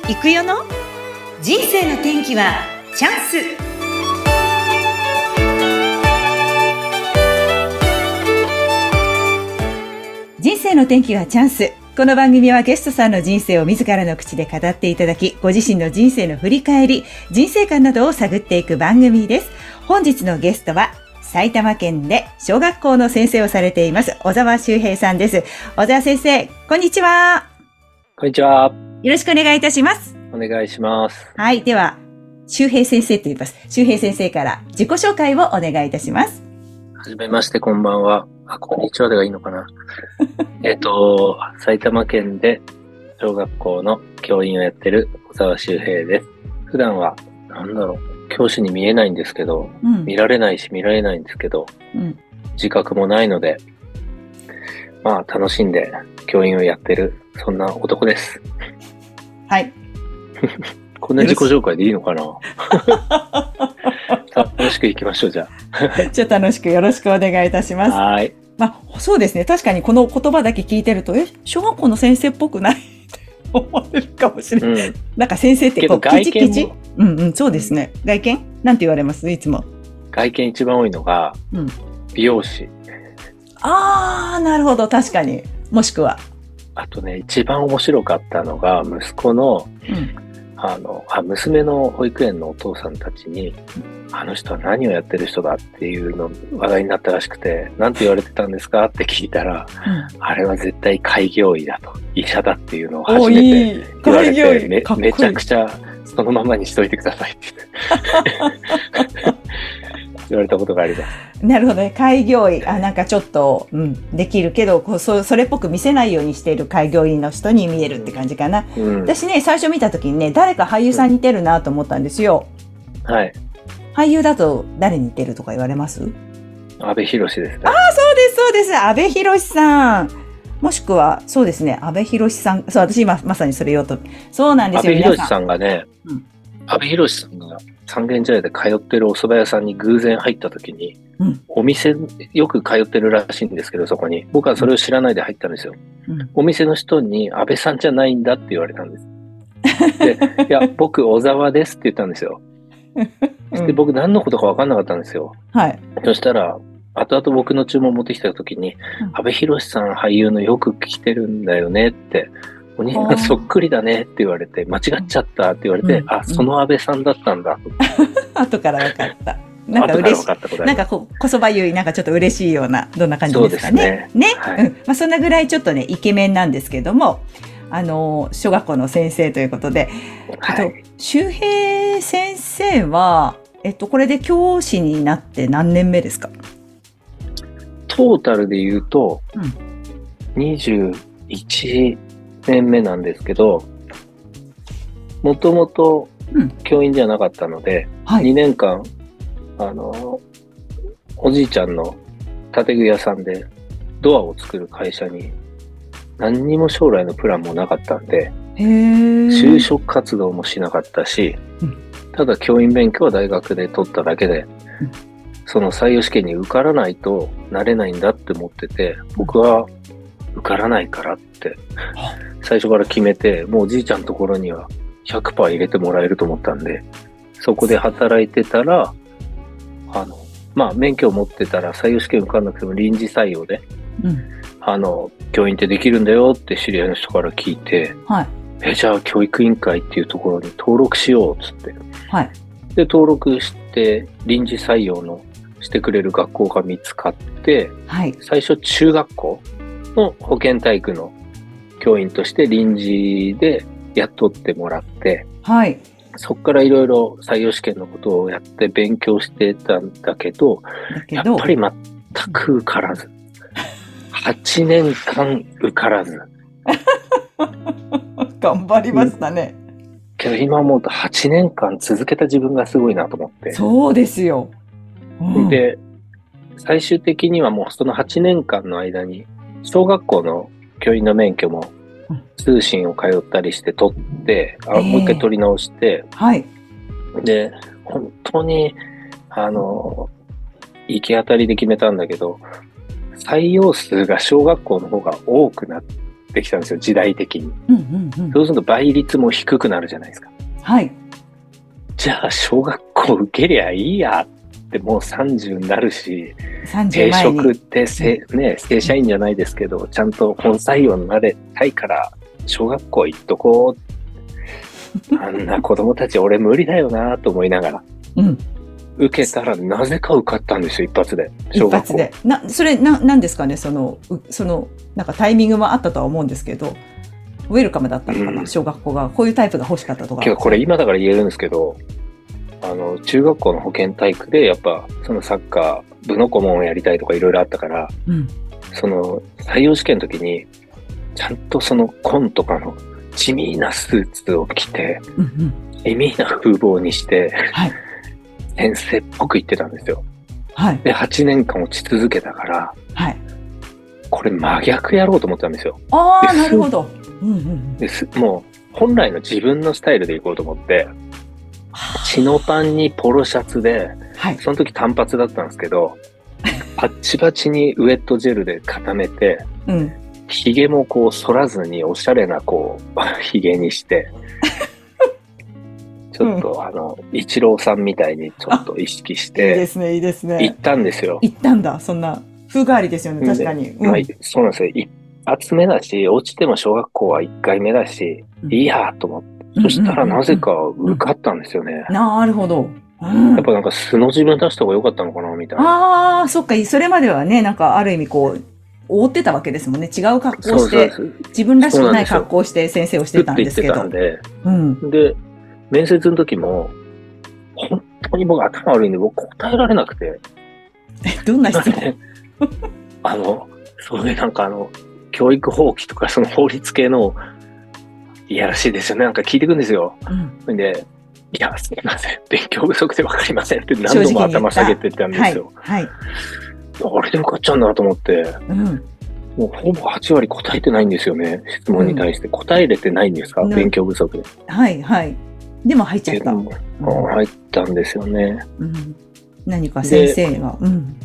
行くよの人生の転機はチャンス。人生の転機はチャンス。この番組はゲストさんの人生を自らの口で語っていただき、ご自身の人生の振り返り、人生観などを探っていく番組です。本日のゲストは埼玉県で小学校の先生をされています小澤修平さんです。小澤先生、こんにちは。 こんにちは。 よろしくお願いいたします。 お願いします。 はい。では、修平先生と言います。修平先生から自己紹介をお願いいたします。 はじめまして、こんばんは。こんにちはではいいのかな。埼玉県で小学校の教員をやってる小澤修平です。普段は、教師に見えないんですけど、見られないし見られないんですけど、自覚もないので、楽しんで教員をやってる、そんな男です。 はい。 こんな自己紹介でいいのかな楽しくいきましょう、じゃあ。 じゃあ楽しくよろしくお願いいたします。 はい。 そうですね。確かにこの言葉だけ聞いてると、小学校の先生っぽくないって思われるかもしれない。なんか先生ってこう、キチキチ。そうですね。外見なんて言われますいつも。 外見一番多いのが、美容師。 なるほど。確かに。もしくは。 あとね、一番面白かったのが、息子の、娘の保育園のお父さんたちに、あの人は何をやってる人だっていうの話題になったらしくて、なんて言われてたんですかって聞いたら、あれは絶対開業医だと、医者だっていうのを初めて言われて、めちゃくちゃそのままにしといてくださいって言われたことがあります。 なるほどね。開業医。なんかちょっと、できるけど、それっぽく見せないようにしている開業医の人に見えるって感じかな。私ね、最初見た時にね、誰か俳優さんに似てるなと思ったんですよ。 はい。 俳優だと誰に似てるとか言われます？ 阿部寛ですね。 そうですそうです。阿部寛さん。もしくはそうですね。阿部寛さん。そう、私今まさにそれ言おうと。そうなんですよ。 阿部寛さんがね、阿部寛さんが三軒茶屋で通ってるお蕎麦屋さんに偶然入った時に、お店よく通ってるらしいんですけど、そこに僕はそれを知らないで入ったんですよ。お店の人に安倍さんじゃないんだって言われたんです。で、いや僕小沢ですって言ったんですよ。で僕何のことか分かんなかったんですよ。はい。そしたら後々僕の注文持ってきた時に、阿部寛さん俳優のよく来てるんだよねって。お兄さんそっくりだねって言われて、間違っちゃったって言われて、その安倍さんだったんだ。後から分かった。なんか嬉しい。 なんかこそばゆい、なんかちょっと嬉しいような、どんな感じですかね。ね。はい。そんなぐらいちょっとね、イケメンなんですけども、小学校の先生ということで、修平先生は、これで教師になって何年目ですか？ トータルで言うと、21年目なんですけど、もともと教員じゃなかったので、2年間、おじいちゃんの建具屋さんでドアを作る会社に何にも将来のプランもなかったんで、就職活動もしなかったし、ただ教員勉強は大学で取っただけで、その採用試験に受からないとなれないんだって思ってて、僕は受からないからって最初から決めて、もうおじいちゃんのところには 100% 入れてもらえると思ったんで、そこで働いてたら、免許を持ってたら採用試験受かんなくても臨時採用で、教員ってできるんだよって知り合いの人から聞いて、じゃあ教育委員会っていうところに登録しようっつって、で登録して臨時採用のしてくれる学校が見つかって、最初中学校の保健体育の教員として臨時で雇ってもらって、そこからいろいろ採用試験のことをやって勉強してたんだけど、やっぱり全く受からず。8年間受からず。 頑張りましたね。 けど今思うと8年間続けた自分がすごいなと思って。 そうですよ。 で、最終的にはもうその8年間の間に、小学校の教員の免許も通信を通ったりして取って、もう一回取り直して、で、本当に、行き当たりで決めたんだけど、採用数が小学校の方が多くなっってきたんですよ、時代的に。 うんうんうん。 そうすると倍率も低くなるじゃないですか。 はい。 じゃあ、小学校受けりゃいいやってもう30になるし、 30 定前に。 職って正社員じゃないですけど、ちゃんと本採用になれたいから、小学校行っとこう。あんな子供たち俺無理だよなと思いながら。 うん。 受けたらなぜか受かったんですよ、一発で。 一発で。なんですかね、なんかタイミングもあったとは思うんですけど、ウェルカムだったのかな、小学校が。こういうタイプが欲しかったとか。 けどこれ今だから言えるんですけど、中学校の保健体育でやっぱ、そのサッカー部の顧問をやりたいとかいろいろあったから、うん、その採用試験の時に、ちゃんとその紺とかの地味なスーツを着て、うんうん、地味な風貌にして、はい、先生っぽく言ってたんですよ。はい、で、8年間落ち続けたから、はい、これ真逆やろうと思ったんですよ。 ああ、なるほど。うんうん、 もう本来の自分のスタイルでいこうと思って、チノパンにポロシャツで、はい、その時単発だったんですけど、バッチバチにウェットジェルで固めて、うん、髭もこう反らずにおしゃれなこう髭にしてちょっとイチローさんみたいにちょっと意識していいですねいいですね行ったんですよ。 行ったんだ。そんな風変わりですよね。確かに、 まあ、そうなんですよ。一発目だし落ちても小学校は1回目だし、うん、いいやと思って、そしたらなぜか受かったんですよね。 なるほど。 やっぱなんか素の自分出した方が良かったのかなみたいな。 ああ、そっか。それまではね、なんかある意味こう覆ってたわけですもんね。違う格好して、自分らしくない格好して先生をしてたんですけど。で、 面接の時も、本当に僕頭悪いんで、僕答えられなくて。 どんな質問そういうなんか教育法規とかその法律系の、いやらしいですよね。なんか聞いてくんですよ。で、いや、すみません。勉強不足でわかりませんって何度も頭下げてたんですよ。はい。あれで受かっちゃうんだと思って、もうほぼ8割答えてないんですよね。質問に対して答えれてないんですか、勉強不足で。 はいはい。でも入っちゃった。 入ったんですよね。 何か先生が。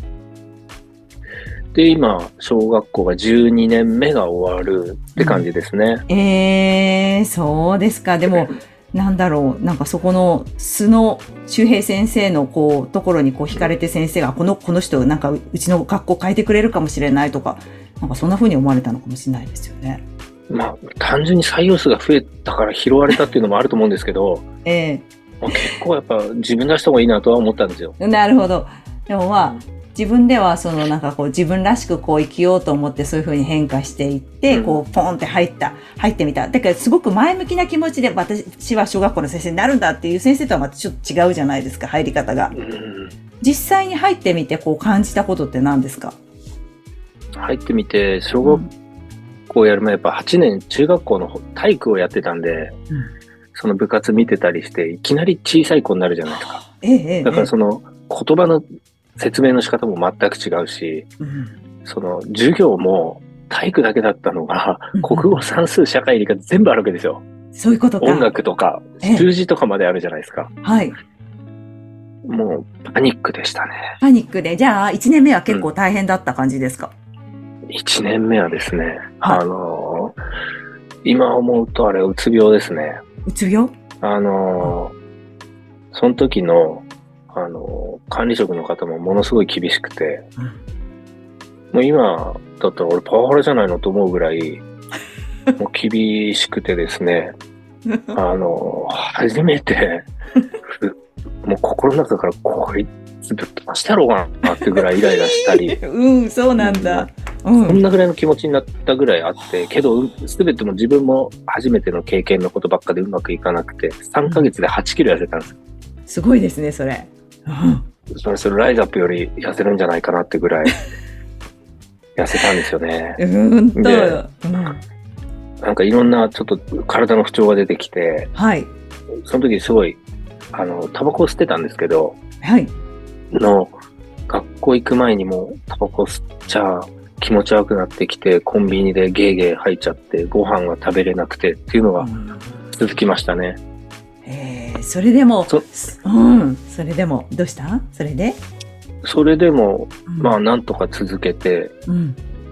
で、今、小学校が12年目が終わるって感じですね。そうですか。でも、なんだろう、なんかそこの素の周平先生のこうところにこう惹かれて先生がこの人なんかうちの学校変えてくれるかもしれないとか、なんかそんな風に思われたのかもしれないですよね。 まあ単純に採用数が増えたから拾われたっていうのもあると思うんですけど、結構やっぱ自分出した方がいいなとは思ったんですよ。 なるほど。でもまあ自分ではそのなんかこう自分らしくこう生きようと思ってそういう風に変化していって、こうポンって入ってみた。だからすごく前向きな気持ちで私は小学校の先生になるんだっていう先生とはまたちょっと違うじゃないですか、入り方が。実際に入ってみてこう感じたことって何ですか？ 入ってみて、小学校やる前やっぱ8年中学校の体育をやってたんで、その部活見てたりしていきなり小さい子になるじゃないですか。だからその言葉の説明の仕方も全く違うし、その授業も体育だけだったのが、国語算数社会理科全部あるわけですよ。 そういうことか。 音楽とか数字とかまであるじゃないですか。 はい。 もうパニックでしたね。 パニックで、じゃあ1年目は結構大変だった感じですか ？1年目はですね、今思うとあれうつ病ですね。 うつ病？ その時の管理職の方もものすごい厳しくて、もう今だったら俺パワハラじゃないのと思うぐらい、もう厳しくてですね、初めて、もう心の中からこいつぶっ飛ばしてやろうかなってぐらいイライラしたり。 そうなんだ。 そんなぐらいの気持ちになったぐらいあって、けど、すべても自分も初めての経験のことばっかでうまくいかなくて、3ヶ月で8キロ痩せたんです。 すごいですね、それ。 それライズアップより痩せるんじゃないかなってぐらい痩せたんですよね。なんかいろんなちょっと体の不調が出てきて、はい、その時すごいタバコを吸ってたんですけど、はい、学校行く前にもタバコ吸っちゃ気持ち悪くなってきて、コンビニでゲーゲー吐いちゃってご飯が食べれなくてっていうのが続きましたね。 それでもそれでもどうした？それでも、 まあなんとか続けて、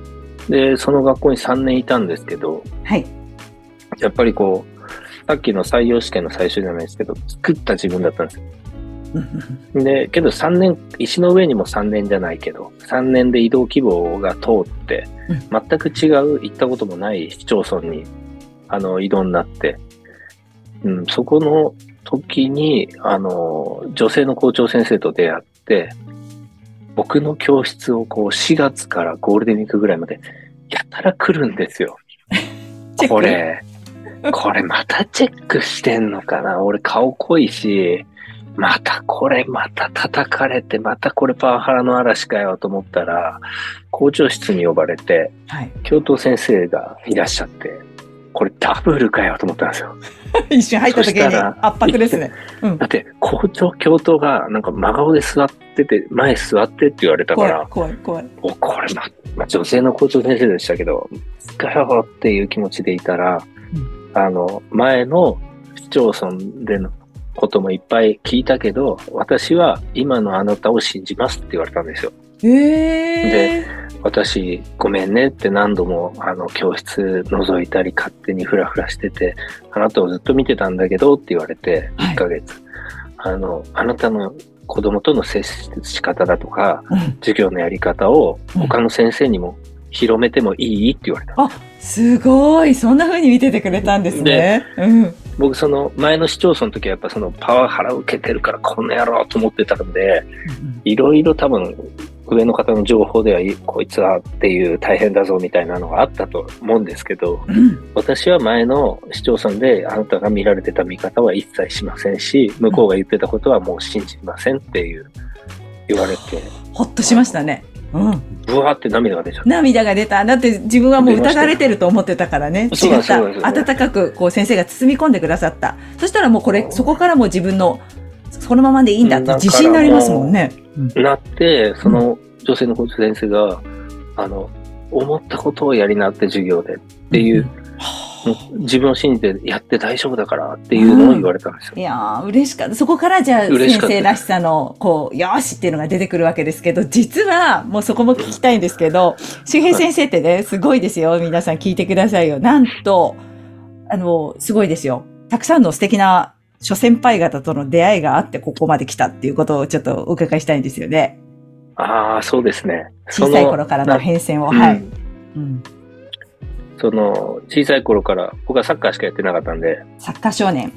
で、その学校に3年いたんですけど、 はい。 やっぱりこう、さっきの採用試験の最初じゃないですけど、作った自分だったんですよ。で、けど3年、石の上にも3年じゃないけど、3年で移動希望が通って、全く違う、行ったこともない市町村に、移動になって、そこの時に、女性の校長先生と出会って、僕の教室をこう4月からゴールデンウィークぐらいまでやたら来るんですよ。これまたチェックしてんのかな、俺顔濃いし、また叩かれて、またこれパワハラの嵐かよと思ったら、校長室に呼ばれて、はい、教頭先生がいらっしゃって、これダブルかよと思ったんですよ。 一瞬入った時に圧迫ですね。 だって校長教頭がなんか真顔で座ってて、前座ってって言われたから、 怖い。 これ女性の校長先生でしたけど、かよっていう気持ちでいたら、前の市町村でのこともいっぱい聞いたけど、私は今のあなたを信じますって言われたんですよ。で、私ごめんねって何度も教室覗いたり勝手にフラフラしてて、あなたをずっと見てたんだけどって言われて、1ヶ月、あなたの子供との接し方だとか、授業のやり方を他の先生にも広めてもいいって言われた。 あ、すごい、そんな風に見ててくれたんですね。 僕その前の市町村の時はやっぱそのパワハラを受けてるからこの野郎と思ってたので、いろいろ多分上の方の情報ではこいつはっていう大変だぞみたいなのがあったと思うんですけど、私は前の市町村であなたが見られてた見方は一切しませんし、向こうが言ってたことはもう信じませんって言われて、 ほっとしましたね。 ブワーって涙が出ちゃった。 涙が出た。だって自分はもう疑われてると思ってたからね。違った。温かくこう先生が包み込んでくださった。そしたらもうそこからもう自分のそのままでいいんだって自信になりますもんね。 なって、その女性の校長先生が、思ったことをやりなって授業でっていう、自分を信じてやって大丈夫だからっていうのを言われたんですよ。 いやー、嬉しかった。そこからじゃあ先生らしさのこうよーしっていうのが出てくるわけですけど、実はもうそこも聞きたいんですけど、周平先生ってね、すごいですよ。皆さん聞いてくださいよ。なんとすごいですよ。たくさんの素敵な諸先輩方との出会いがあってここまで来たっていうことをちょっとお伺いしたいんですよね。 ああ、そうですね。 小さい頃からの変遷を、はい。 その小さい頃から僕はサッカーしかやってなかったんで、 サッカー少年。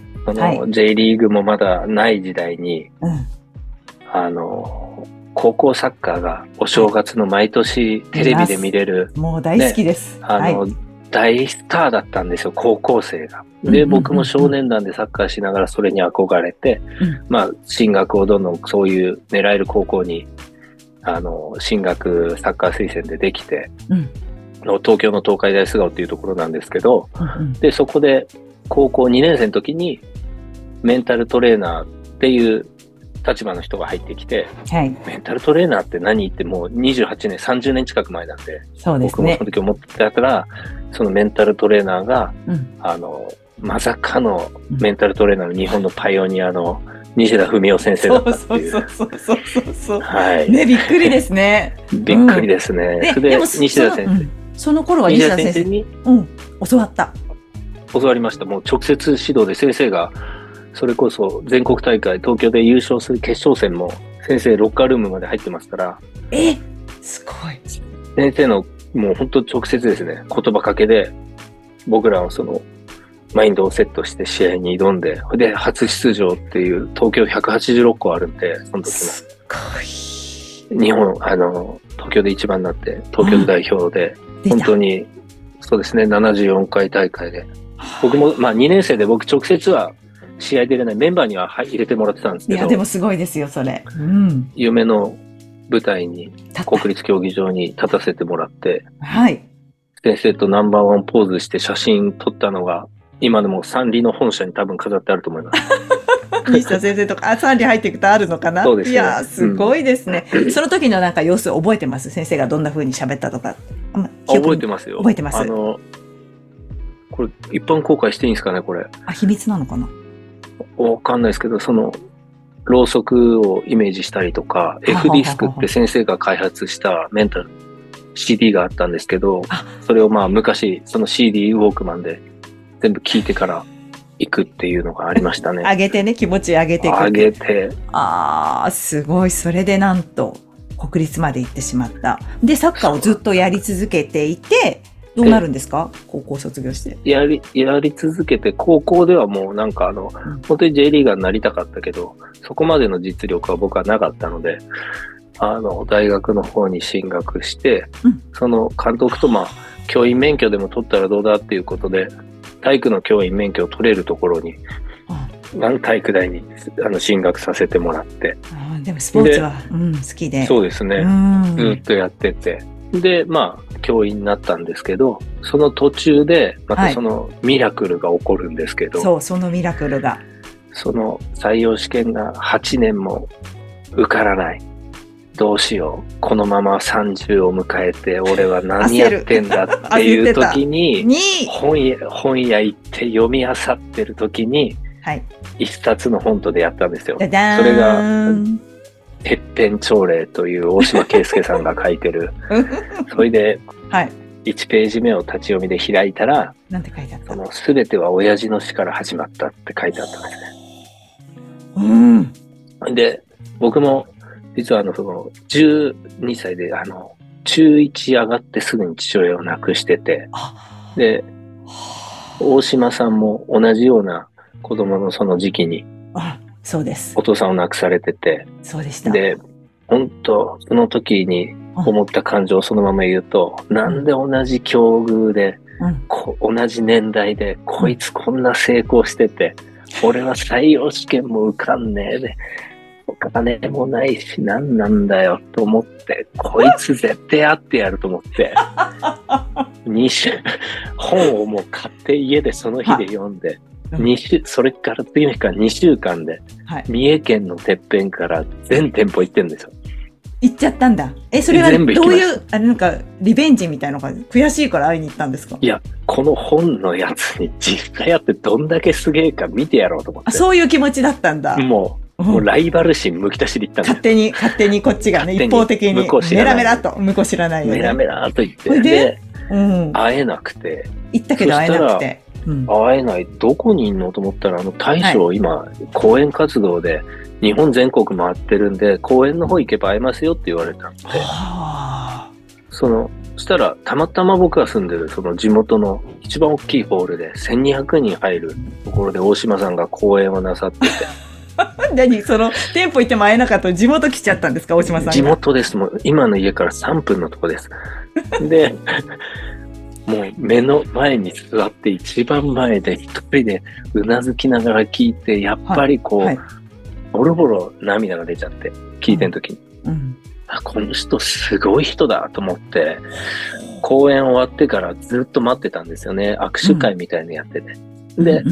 J リーグもまだない時代に、高校サッカーがお正月の毎年テレビで見れる、 もう大好きです。 大スターだったんですよ、高校生が。で、僕も少年団でサッカーしながらそれに憧れて、進学をどんどんそういう狙える高校に進学サッカー推薦でできて、東京の東海大菅生っていうところなんですけど、で、そこで高校2年生の時にメンタルトレーナーっていう立場の人が入ってきて、メンタルトレーナーって何ってもう28年、30年近く前なんで、 そうですね、 僕もその時思ってたから、そのメンタルトレーナーが、まさかのメンタルトレーナーの日本のパイオニアの西田文雄先生だったっていう。 そう。はい。ね、びっくりですね。 びっくりですね。でも西田先生。 その頃は西田先生に教わった。 教わりました。もう直接指導で先生が、それこそ全国大会、東京で優勝する決勝戦も先生ロッカールームまで入ってますから。 すごい。 先生のもう本当直接ですね、言葉かけで僕らはそのマインドをセットして試合に挑んで、で初出場っていう東京186校あるんで、その時も。 すごい。 日本、東京で一番になって、東京代表で、本当に、そうですね、74回大会で。僕も、2年生で僕直接は試合出れないメンバーには入れてもらってたんですけど。 いや、でもすごいですよ、それ。 夢の舞台に、国立競技場に立たせてもらって、先生とナンバーワンポーズして写真撮ったのが、今でも三里の本社に多分飾ってあると思います。 西田先生とか、三里入っていくとあるのかな。 そうですね。 いや、すごいですね。その時のなんか様子覚えてます？先生がどんな風に喋ったとか。 覚えてますよ。 覚えてます。 これ、一般公開していいんですかね、これ。 秘密なのかな？ わかんないですけど、ろうそくをイメージしたりとか、F ディスクって先生が開発したメンタル CD があったんですけど、それを昔、その CD ウォークマンで全部聞いてから行くっていうのがありましたね。 上げてね、気持ち上げていく。 上げて。 すごい。それでなんと、国立まで行ってしまった。で、サッカーをずっとやり続けていて、どうなるんですか？高校卒業して。 やり続けて、高校ではもう本当に J リーガーになりたかったけど、そこまでの実力は僕はなかったので、大学の方に進学して、その監督と教員免許でも取ったらどうだっていうことで、体育の教員免許を取れるところに、体育大に進学させてもらって。 でもスポーツは、好きで。 そうですね。ずっとやってて。で、教員になったんですけど、その途中で、またそのミラクルが起こるんですけど、 そのミラクルが。 その採用試験が8年も受からない。どうしよう。このまま30を迎えて、俺は何やってんだっていう時に、本屋行って読み漁ってる時に、一冊の本と出会ったんですよ。それが、てっぺん朝礼という大島圭介さんが書いてる。それで、1ページ目を立ち読みで開いたら、 なんて書いてあった？ その全ては親父の死から始まったって書いてあったんですね。で、僕も実はその12歳で中1上がってすぐに父親を亡くしてて、で、大島さんも同じような子供のその時期に、 そうです。 お父さんを亡くされてて、 そうでした。 で、本当その時に思った感情をそのまま言うと、なんで同じ境遇で、同じ年代で、こいつこんな成功してて、俺は採用試験も受かんねえで、お金もないし何なんだよと思って、こいつ絶対会ってやると思って、本をもう買って家でその日で読んで、それから次の日から2週間で、三重県のてっぺんから全店舗行ってるんですよ。 行っちゃったんだ。それはどういう、リベンジみたいなのが悔しいから会いに行ったんですか？ いや、この本のやつに実際やってどんだけすげえか見てやろうと思って。 そういう気持ちだったんだ。 もうライバル心むき出しで行ったんですよ。勝手にこっちがね、一方的に。メラメラと、向こう知らないよね。 メラメラと言って。で、会えなくて。 行ったけど会えなくて。 会えない。どこにいんのと思ったら、大将、今、講演活動で、日本全国回ってるんで、講演の方行けば会えますよって言われたんで、そしたら、たまたま僕が住んでる、その地元の一番大きいホールで、1200人入るところで大島さんが講演をなさってて。 何店舗行っても会えなかった。地元来ちゃったんですか、大島さんが。 地元です。もう、今の家から3分のとこです。で、もう目の前に座って一番前で一人でうなずきながら聞いて、やっぱりボロボロ涙が出ちゃって、聞いてる時に。この人すごい人だと思って、講演終わってからずっと待ってたんですよね。握手会みたいにやってて。で、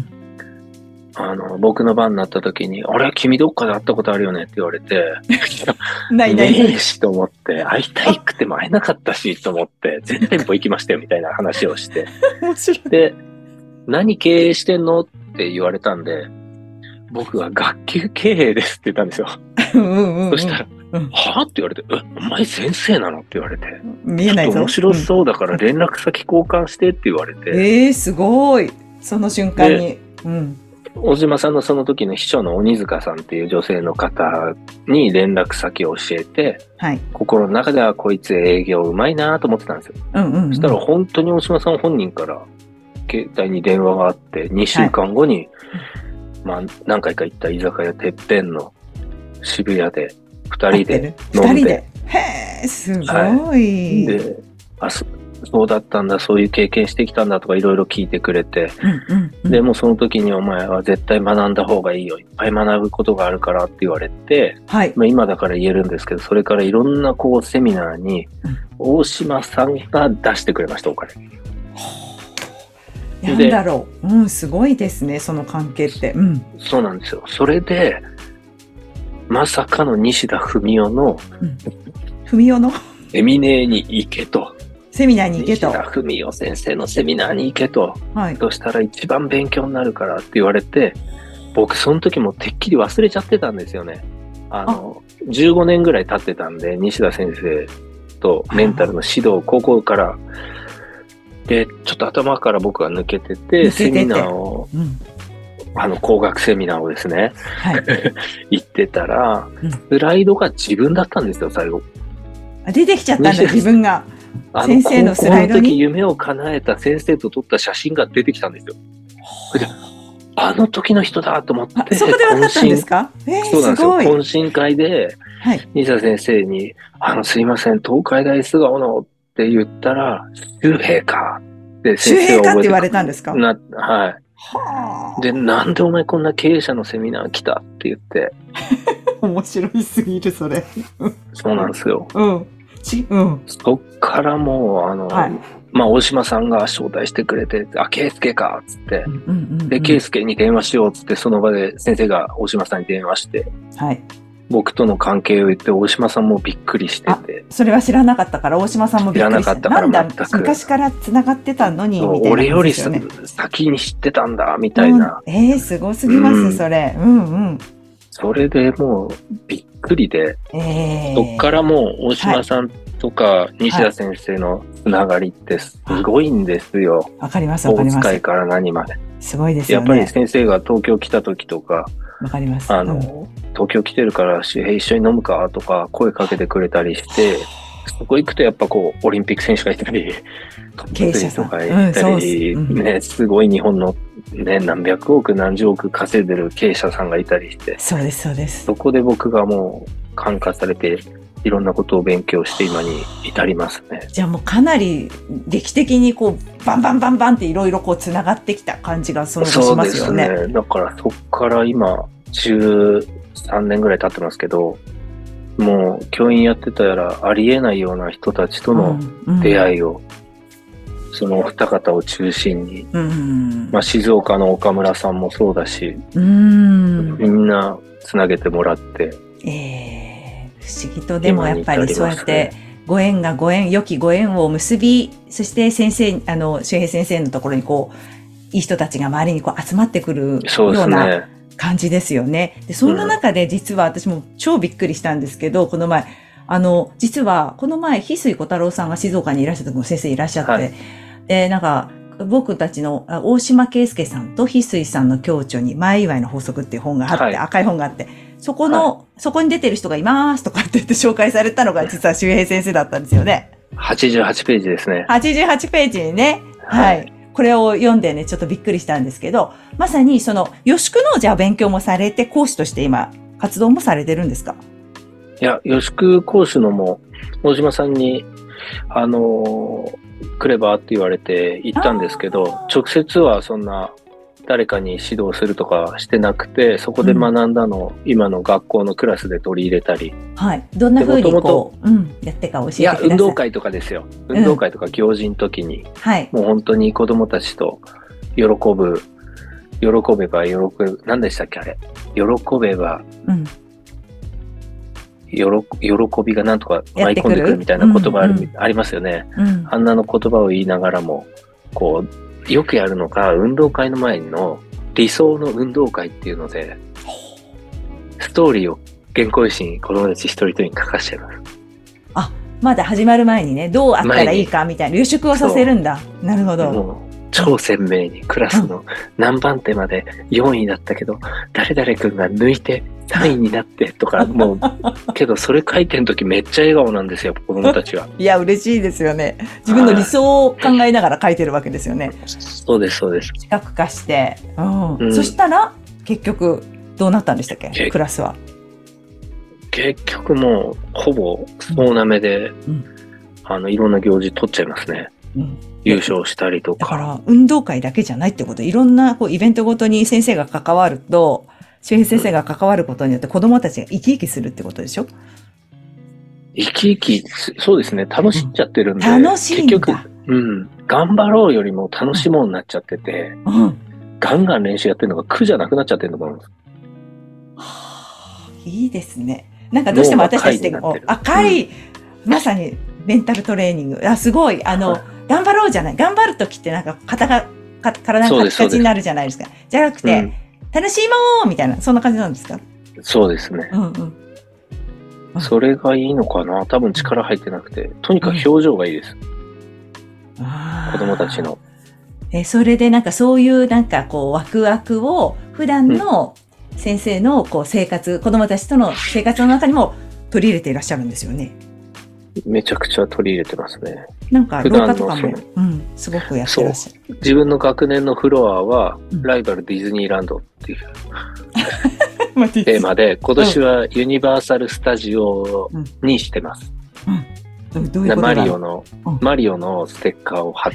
僕の番になった時に、あれ君どっかで会ったことあるよねって言われて、ねえしと思って、会いたいくても会えなかったしと思って、全店舗行きましたよみたいな話をして。で、何経営してんのって言われたんで、僕は学級経営ですって言ったんですよ。そしたら、はぁって言われて、お前先生なのって言われて、 見えないぞ。 面白そうだから連絡先交換してって言われて。 すごい。その瞬間に。 大島さんのその時の秘書の鬼塚さんっていう女性の方に連絡先を教えて、心の中ではこいつ営業うまいなと思ってたんですよ。そしたら本当に大島さん本人から携帯に電話があって、2週間後に、何回か行った居酒屋てっぺんの渋谷で2人で飲んで。 へー、すごい。 で、そうだったんだ、そういう経験してきたんだとかいろいろ聞いてくれて、でもその時にお前は絶対学んだ方がいいよ、いっぱい学ぶことがあるからって言われて、今だから言えるんですけど、それからいろんなセミナーに大島さんが出してくれました、お金。 なんだろう、すごいですね、その関係って。 そうなんですよ。それでまさかの西田文夫のセミネーに行けと。 セミナーに行けと。 西田文夫先生のセミナーに行けと。そしたら一番勉強になるからって言われて、僕その時もてっきり忘れちゃってたんですよね。15年ぐらい経ってたんで、西田先生とメンタルの指導、高校から、で、ちょっと頭から僕は抜けてて、セミナーを、工学セミナーをですね、はい、行ってたら、スライドが自分だったんですよ、最後。 出てきちゃったんだ、自分が。先生のスライドに。 高校の時夢を叶えた先生と撮った写真が出てきたんですよ。で、あの時の人だと思って。 そこで分かったんですか？ そうなんですよ。懇親会で、西田先生に、すいません、東海大素顔のって言ったら、周平かって先生が覚えて。周平かって言われたんですか？ はい。で、なんでお前こんな経営者のセミナー来たって言って。 面白いすぎる、それ。 そうなんですよ。そっからもう、大島さんが招待してくれて、圭介かっつって、で、圭介に電話しようっつって、その場で先生が大島さんに電話して、僕との関係を言って、大島さんもびっくりしてて。 それは知らなかったから、大島さんもびっくりして。 知らなかったから全く。 昔から繋がってたのに、みたいな、 俺より先に知ってたんだ、みたいな。 すごすぎます、それ。 それでもう、びっくりで、そっからもう、大島さんとか、西田先生のつながりってすごいんですよ。 わかります、わかります。 お使いから何まで。 すごいですよね。 やっぱり先生が東京来た時とか、 わかります。 東京来てるから周平一緒に飲むかとか声かけてくれたりして、そこ行くとやっぱオリンピック選手がいたり、 経営者さんとかいたり、ね、すごい日本のね、何百億何十億稼いでる経営者さんがいたりして。 そうです、そうです。 そこで僕がもう感化されて、いろんなことを勉強して今に至りますね。 じゃあもうかなり劇的にバンバンバンバンっていろいろ繋がってきた感じがその後しますよね。 そうですね。だからそっから今13年ぐらい経ってますけど、もう教員やってたらありえないような人たちとの出会いを、そのお二方を中心に、静岡の岡村さんもそうだし、みんなつなげてもらって、 不思議とでもやっぱりそうやって良きご縁を結び、そして先生、周平先生のところにいい人たちが周りに集まってくるような感じですよね。で、そんな中で実は私も超びっくりしたんですけど、この前、実はこの前、翡翠小太郎さんが静岡にいらっしゃった時も先生いらっしゃって、で、僕たちの大島圭介さんと翡翠さんの共著に前祝いの法則っていう本があって、赤い本があって、そこに出てる人がいますとかって言って紹介されたのが実は周平先生だったんですよね。 88ページですね。 88ページにね。はい。これを読んでね、ちょっとびっくりしたんですけど、まさに予宿のじゃあ勉強もされて、講師として今、活動もされてるんですか？ いや、予宿講師のも、大島さんに、来ればって言われて行ったんですけど、直接はそんな誰かに指導するとかしてなくて、そこで学んだのを今の学校のクラスで取り入れたり。 はい。どんな風にやってか教えてください。いや、 運動会とかですよ。運動会とか行事の時に、もう本当に子供たちと喜べば何でしたっけあれ。喜べば、喜びがなんとか舞い込んでくるみたいな言葉ありますよね。あんなの言葉を言いながらも、よくやるのが運動会の前の理想の運動会っていうので、ストーリーを原稿用紙に子供たち一人一人に書かしちゃいます。 まだ始まる前にね、どうあったらいいかみたいな予習をさせるんだ。なるほど。 もう超鮮明にクラスの何番手まで4位だったけど、誰々君が抜いて3位になってとか、もう、けどそれ書いてる時めっちゃ笑顔なんですよ、子供たちは。 いや、嬉しいですよね。自分の理想を考えながら書いてるわけですよね。 そうです、そうです。 視覚化して。そしたら、結局、どうなったんでしたっけ、クラスは。 結局もう、ほぼ総なめで、いろんな行事取っちゃいますね。優勝したりとか。 だから、運動会だけじゃないってこと。いろんなイベントごとに先生が関わると、周平先生が関わることによって子供たちが生き生きするってことでしょ？ 生き生き、そうですね。楽しんじゃってるんで。 楽しいんだ。結局、 頑張ろうよりも楽しもうになっちゃってて、ガンガン練習やってるのが苦じゃなくなっちゃってると思います。 いいですね。なんかどうしても私たちって赤い、まさにメンタルトレーニング。すごい、頑張ろうじゃない。頑張るときってなんか体がカチカチになるじゃないですか。じゃなくて、楽しもうみたいな、そんな感じなんですか？ そうですね。 それがいいのかな。多分力入ってなくて。とにかく表情がいいです。子供たちの。 それでなんかそういうなんかこうワクワクを普段の先生のこう生活、子供たちとの生活の中にも取り入れていらっしゃるんですよね。 めちゃくちゃ取り入れてますね。 なんか廊下とかも、すごくやってらっしゃる。 自分の学年のフロアは、ライバルディズニーランドっていうテーマで、今年はユニバーサルスタジオにしてます。 どういうことだろう？マリオのステッカーを貼って、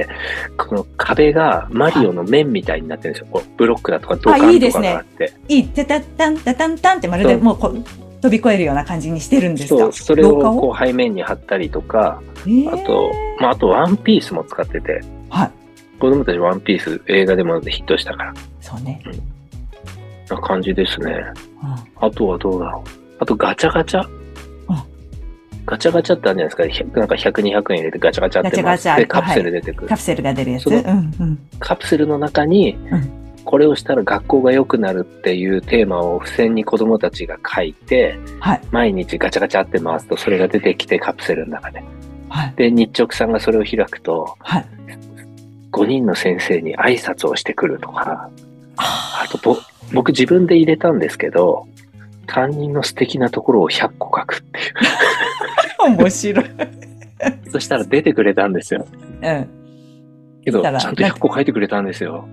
この壁がマリオの面みたいになってるんですよ。こうブロックだとか土管とかがあって。 いい、タタッタンタタンタンってまるでもう飛び越えるような感じにしてるんですか？ そう、それをこう背面に貼ったりとか、あとワンピースも使ってて、子供たちワンピース映画でもヒットしたから。 そうね。 な感じですね。あとはどうだろう。あとガチャガチャ。ガチャガチャってあるじゃないですか。なんか100、200円入れてガチャガチャって回してカプセル出てくる。 カプセルが出るやつ。 カプセルの中に、これをしたら学校が良くなるっていうテーマを付箋に子供たちが書いて、毎日ガチャガチャって回すとそれが出てきてカプセルの中で。で、日直さんがそれを開くと、5人の先生に挨拶をしてくるとか、あと僕自分で入れたんですけど、担任の素敵なところを100個書くっていう。 面白い。 そしたら出てくれたんですよ。けど、ちゃんと100個書いてくれたんですよ。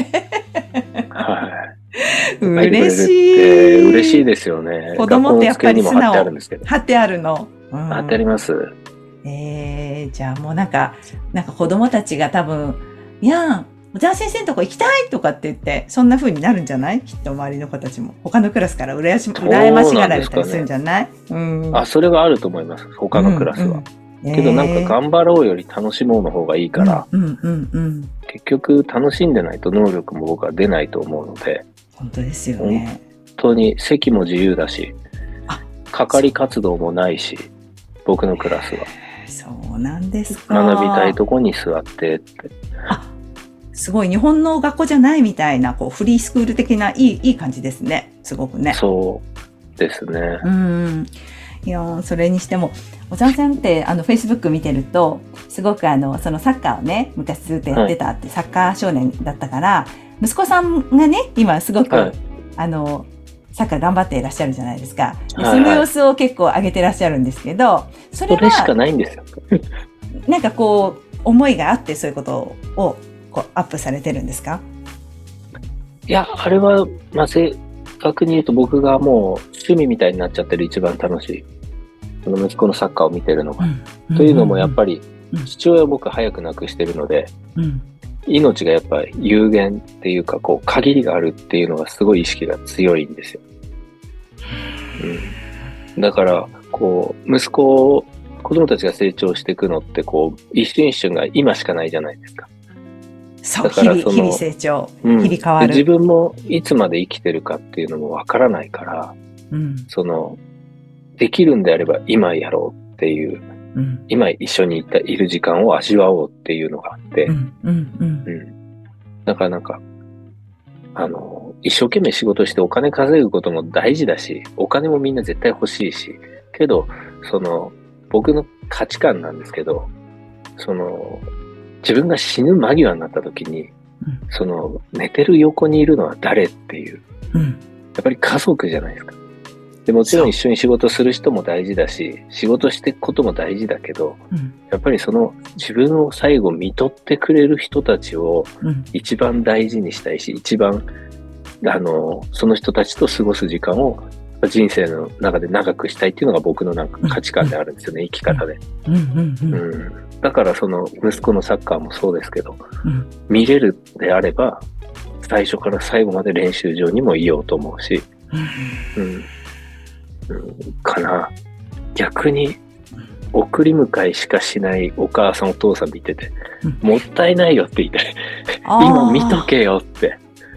嬉しい。 嬉しいですよね。 子供ってやっぱり素直。 貼ってあるんですけど。 貼ってあるの。 貼ってあります。 じゃあもうなんか子供たちが多分、いや小沢先生のとこ行きたいとかって言って、そんな風になるんじゃない？きっと周りの子たちも。他のクラスから羨ましがられたりするんじゃない？ それはあると思います。他のクラスは。けどなんか頑張ろうより楽しもうの方がいいから、結局楽しんでないと能力も僕は出ないと思うので。 本当ですよね。 本当に席も自由だし、係活動もないし、僕のクラスは。 そうなんですか。 学びたいとこに座ってって。 すごい日本の学校じゃないみたいな、こうフリースクール的ないい感じですね。すごくね。 そうですね。 いやそれにしても、小沢さんってFacebook 見てると、すごくそのサッカーをね、昔ずっとやってたって、サッカー少年だったから、息子さんがね、今すごく、サッカー頑張っていらっしゃるじゃないですか。その様子を結構上げてらっしゃるんですけど、 それしかないんですよ。 なんかこう、思いがあってそういうことをこうアップされてるんですか？ いや、あれは、正確に言うと僕がもう趣味みたいになっちゃってる一番楽しい。その息子のサッカーを見てるのが。というのもやっぱり、父親を僕早く亡くしてるので、命がやっぱり有限っていうか、こう、限りがあるっていうのがすごい意識が強いんですよ。だから、こう、子供たちが成長していくのって、こう、一瞬一瞬が今しかないじゃないですか。 そう、日々成長、日々変わる。 自分もいつまで生きてるかっていうのもわからないから、できるんであれば今やろうっていう、今一緒にいる時間を味わおうっていうのがあって、だからなんか、一生懸命仕事してお金稼ぐことも大事だし、お金もみんな絶対欲しいし、けど、僕の価値観なんですけど、自分が死ぬ間際になった時に、寝てる横にいるのは誰っていう、やっぱり家族じゃないですか。でもちろん一緒に仕事する人も大事だし、仕事していくことも大事だけど、やっぱり自分を最後見とってくれる人たちを一番大事にしたいし、一番、その人たちと過ごす時間を人生の中で長くしたいっていうのが僕のなんか価値観であるんですよね、生き方で。だから息子のサッカーもそうですけど、見れるであれば、最初から最後まで練習場にもいようと思うし、かな。逆に、送り迎えしかしないお母さんお父さん見てて、もったいないよって言いたい。今見とけよって。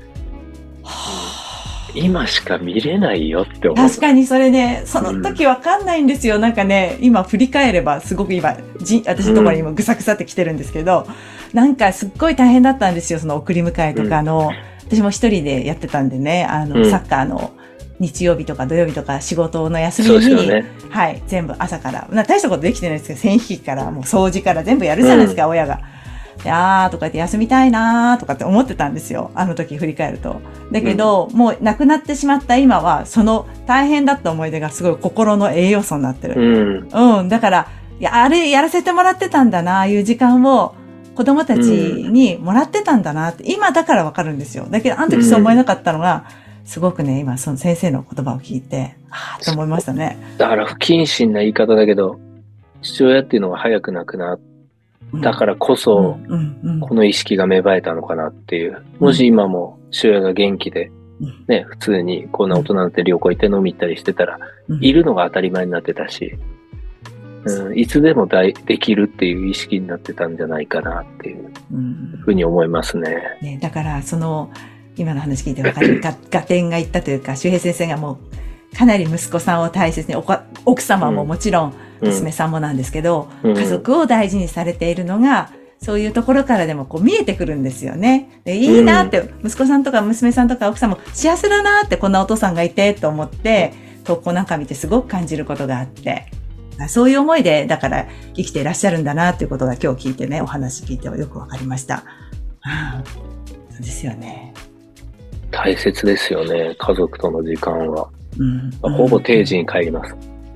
今しか見れないよって思う。 確かにそれね、その時わかんないんですよ。なんかね、今振り返ればすごく私のところにもぐさぐさって来てるんですけど、なんかすっごい大変だったんですよ。その送り迎えとか私も一人でやってたんでね、サッカーの日曜日とか土曜日とか仕事の休みに、ね、はい、全部朝から、大したことできてないですけど、線引きからもう掃除から全部やるじゃないですか、親が。で、とか言って休みたいなーとかって思ってたんですよ。あの時振り返ると。だけど、もう亡くなってしまった今は、その大変だった思い出がすごい心の栄養素になってる。だから、あれやらせてもらってたんだな、いう時間を子供たちにもらってたんだなって、今だからわかるんですよ。だけど、あの時そう思えなかったのが、すごくね、今、その先生の言葉を聞いて、と思いましたね。 だから不謹慎な言い方だけど、父親っていうのが早く亡くなったからこそ、この意識が芽生えたのかなっていう。もし今も父親が元気で、ね、普通にこんな大人になって旅行行って飲み行ったりしてたら、いるのが当たり前になってたし、いつでもできるっていう意識になってたんじゃないかなっていうふうに思いますね。 だから今の話聞いて分かる合点がいったというか、周平先生がもうかなり息子さんを大切に、奥様ももちろん娘さんもなんですけど、家族を大事にされているのが、そういうところからでもこう見えてくるんですよね。で、いいなって、息子さんとか娘さんとか奥さんも幸せだなって、こんなお父さんがいてと思って、投稿なんか見てすごく感じることがあって、そういう思いで、だから生きていらっしゃるんだなっていうことが今日聞いてね、お話聞いてよくわかりました。そうですよね。 大切ですよね、家族との時間は。ほぼ定時に帰ります。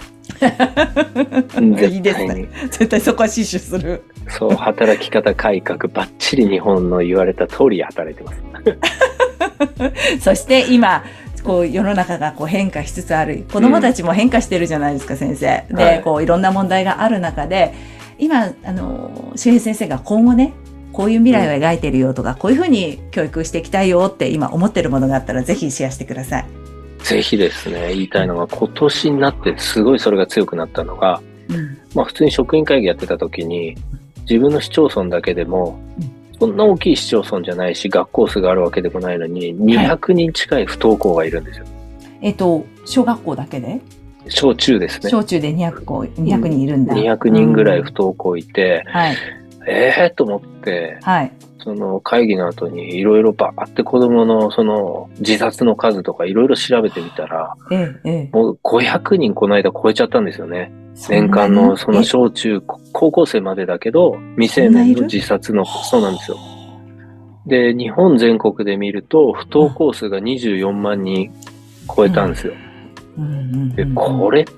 いいですね。絶対そこは死守する。 そう、働き方改革、バッチリ日本の言われた通り働いてます。 そして今、こう世の中がこう変化しつつある。子供たちも変化してるじゃないですか、先生。で、こういろんな問題がある中で、今、周平先生が今後ね、こういう未来を描いてるよとか、こういうふうに教育していきたいよって今思ってるものがあったらぜひシェアしてください。 ぜひですね、言いたいのが、今年になってすごいそれが強くなったのが、普通に職員会議やってた時に、自分の市町村だけでも、そんな大きい市町村じゃないし、学校数があるわけでもないのに、200人近い不登校がいるんですよ。 小学校だけで？ 小中ですね。 小中で200人いるんだ。 200人ぐらい不登校いて、と思って、その会議の後にいろいろバーって子供のその自殺の数とかいろいろ調べてみたら、もう500人この間超えちゃったんですよね。年間のその小中高校生までだけど未成年の自殺の、そうなんですよ。で、日本全国で見ると不登校数が24万人超えたんですよ。で、これって、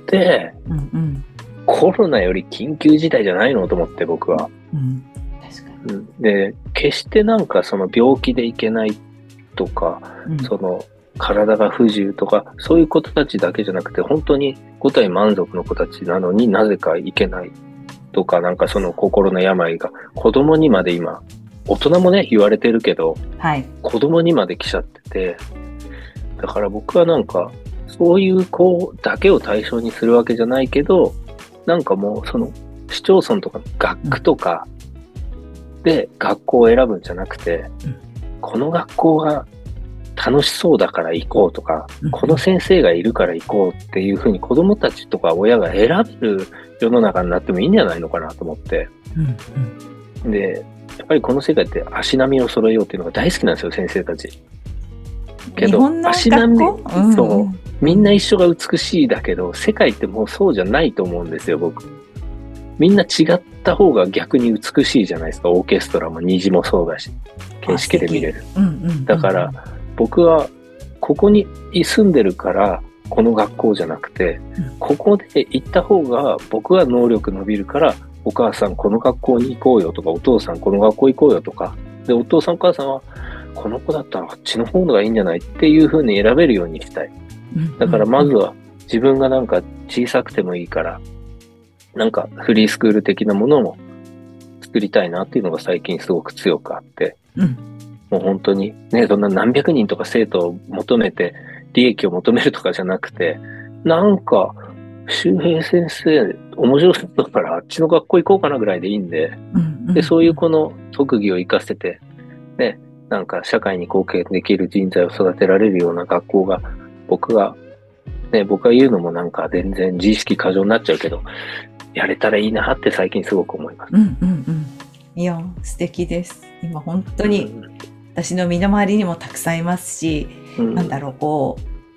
コロナより緊急事態じゃないのと思って僕は。で、決してなんかその病気でいけないとか、その体が不自由とか、そういう子たちだけじゃなくて、本当に五体満足の子たちなのになぜかいけないとか、なんかその心の病が子供にまで今、大人もね、言われてるけど、子供にまで来ちゃってて、だから僕はなんか、そういう子だけを対象にするわけじゃないけど、なんかもうその市町村とか学区とかで学校を選ぶんじゃなくて、この学校が楽しそうだから行こうとか、この先生がいるから行こうっていうふうに子供たちとか親が選べる世の中になってもいいんじゃないのかなと思って。で、やっぱりこの世界って足並みを揃えようっていうのが大好きなんですよ、先生たち。けど、足並み、そう、みんな一緒が美しいだけど、世界ってもうそうじゃないと思うんですよ、僕。みんな違った方が逆に美しいじゃないですか。オーケストラも虹もそうだし、形式で見れる。だから僕はここに住んでるからこの学校じゃなくて、ここで行った方が僕は能力伸びるから、お母さんこの学校に行こうよとか、お父さんこの学校行こうよとか、でお父さんお母さんはこの子だったらあっちの方がいいんじゃないっていう風に選べるようにしたい。だからまずは自分がなんか小さくてもいいから、なんかフリースクール的なものも作りたいなっていうのが最近すごく強くあって、もう本当にね、そんな何百人とか生徒を求めて利益を求めるとかじゃなくて、なんか周平先生面白そうだからあっちの学校行こうかなぐらいでいいんで、でそういうこの特技を活かせてね、なんか社会に貢献できる人材を育てられるような学校が、僕が言うのもなんか全然自意識過剰になっちゃうけど、やれたらいいなって最近すごく思います。 いや、素敵です。今本当に私の身の回りにもたくさんいますし、なんだろう、こう、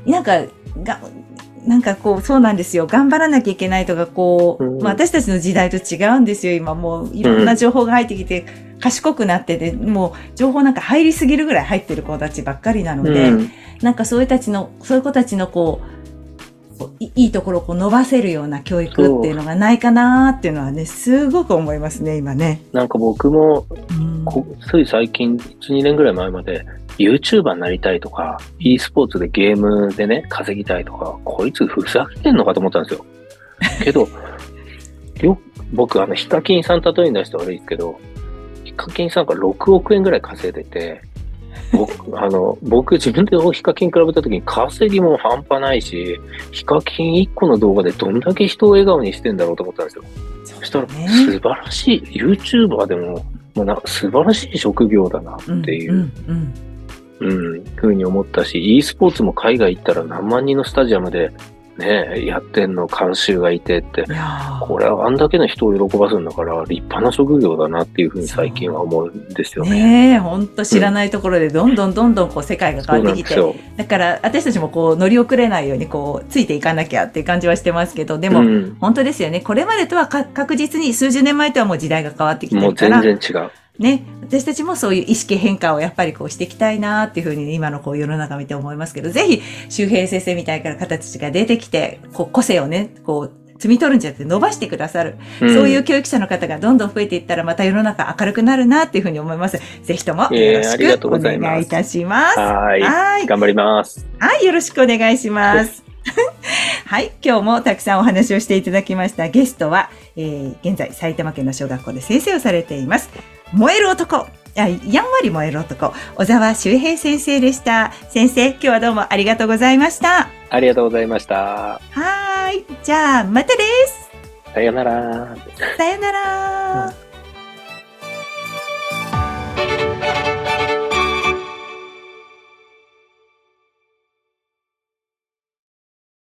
なんか、なんかこう、そうなんですよ。頑張らなきゃいけないとか、こう、私たちの時代と違うんですよ。今もういろんな情報が入ってきて、賢くなってて、もう情報なんか入りすぎるぐらい入ってる子たちばっかりなので、なんかそういう子たちのこう、いいところをこう伸ばせるような教育っていうのがないかなっていうのはね、すごく思いますね、今ね。 なんか僕も、つい最近、1、2年ぐらい前まで、YouTuber になりたいとか、e スポーツでゲームでね、稼ぎたいとか、こいつふざけてんのかと思ったんですよ。けど、僕、ヒカキンさん例えに出して悪いですけど、ヒカキンさんが6億円ぐらい稼いでて、僕自分でヒカキン比べた時に稼ぎも半端ないし、ヒカキン1個の動画でどんだけ人を笑顔にしてんだろうと思ったんですよ。そしたら、素晴らしい、YouTuber でも、素晴らしい職業だなっていう、ふうに思ったし、e スポーツも海外行ったら何万人のスタジアムで、ね、やってんの監修がいてって、これはあんだけの人を喜ばすんだから立派な職業だなっていうふうに最近は思うんですよね。 ねえ、ほんと知らないところでどんどんこう世界が変わってきて、だから私たちもこう乗り遅れないようにこうついていかなきゃっていう感じはしてますけど、でも、本当ですよね。これまでとは確実に数十年前とはもう時代が変わってきてるから。 もう全然違う。 ね、私たちもそういう意識変化をやっぱりこうしていきたいなっていうふうに今のこう世の中見て思いますけど、ぜひ周平先生みたいな方たちが出てきて、こう個性をね、こう摘み取るんじゃなくて伸ばしてくださる、そういう教育者の方がどんどん増えていったらまた世の中明るくなるなっていうふうに思います。ぜひともよろしくお願いいたします。 はい。頑張ります。 はい、よろしくお願いします。はい、今日もたくさんお話をしていただきました。ゲストは、現在埼玉県の小学校で先生をされています。燃える男。やんわり燃える男、小沢周平先生でした。先生、今日はどうもありがとうございました。 ありがとうございました。 はい。じゃあ、またです。 さよなら。 さよなら。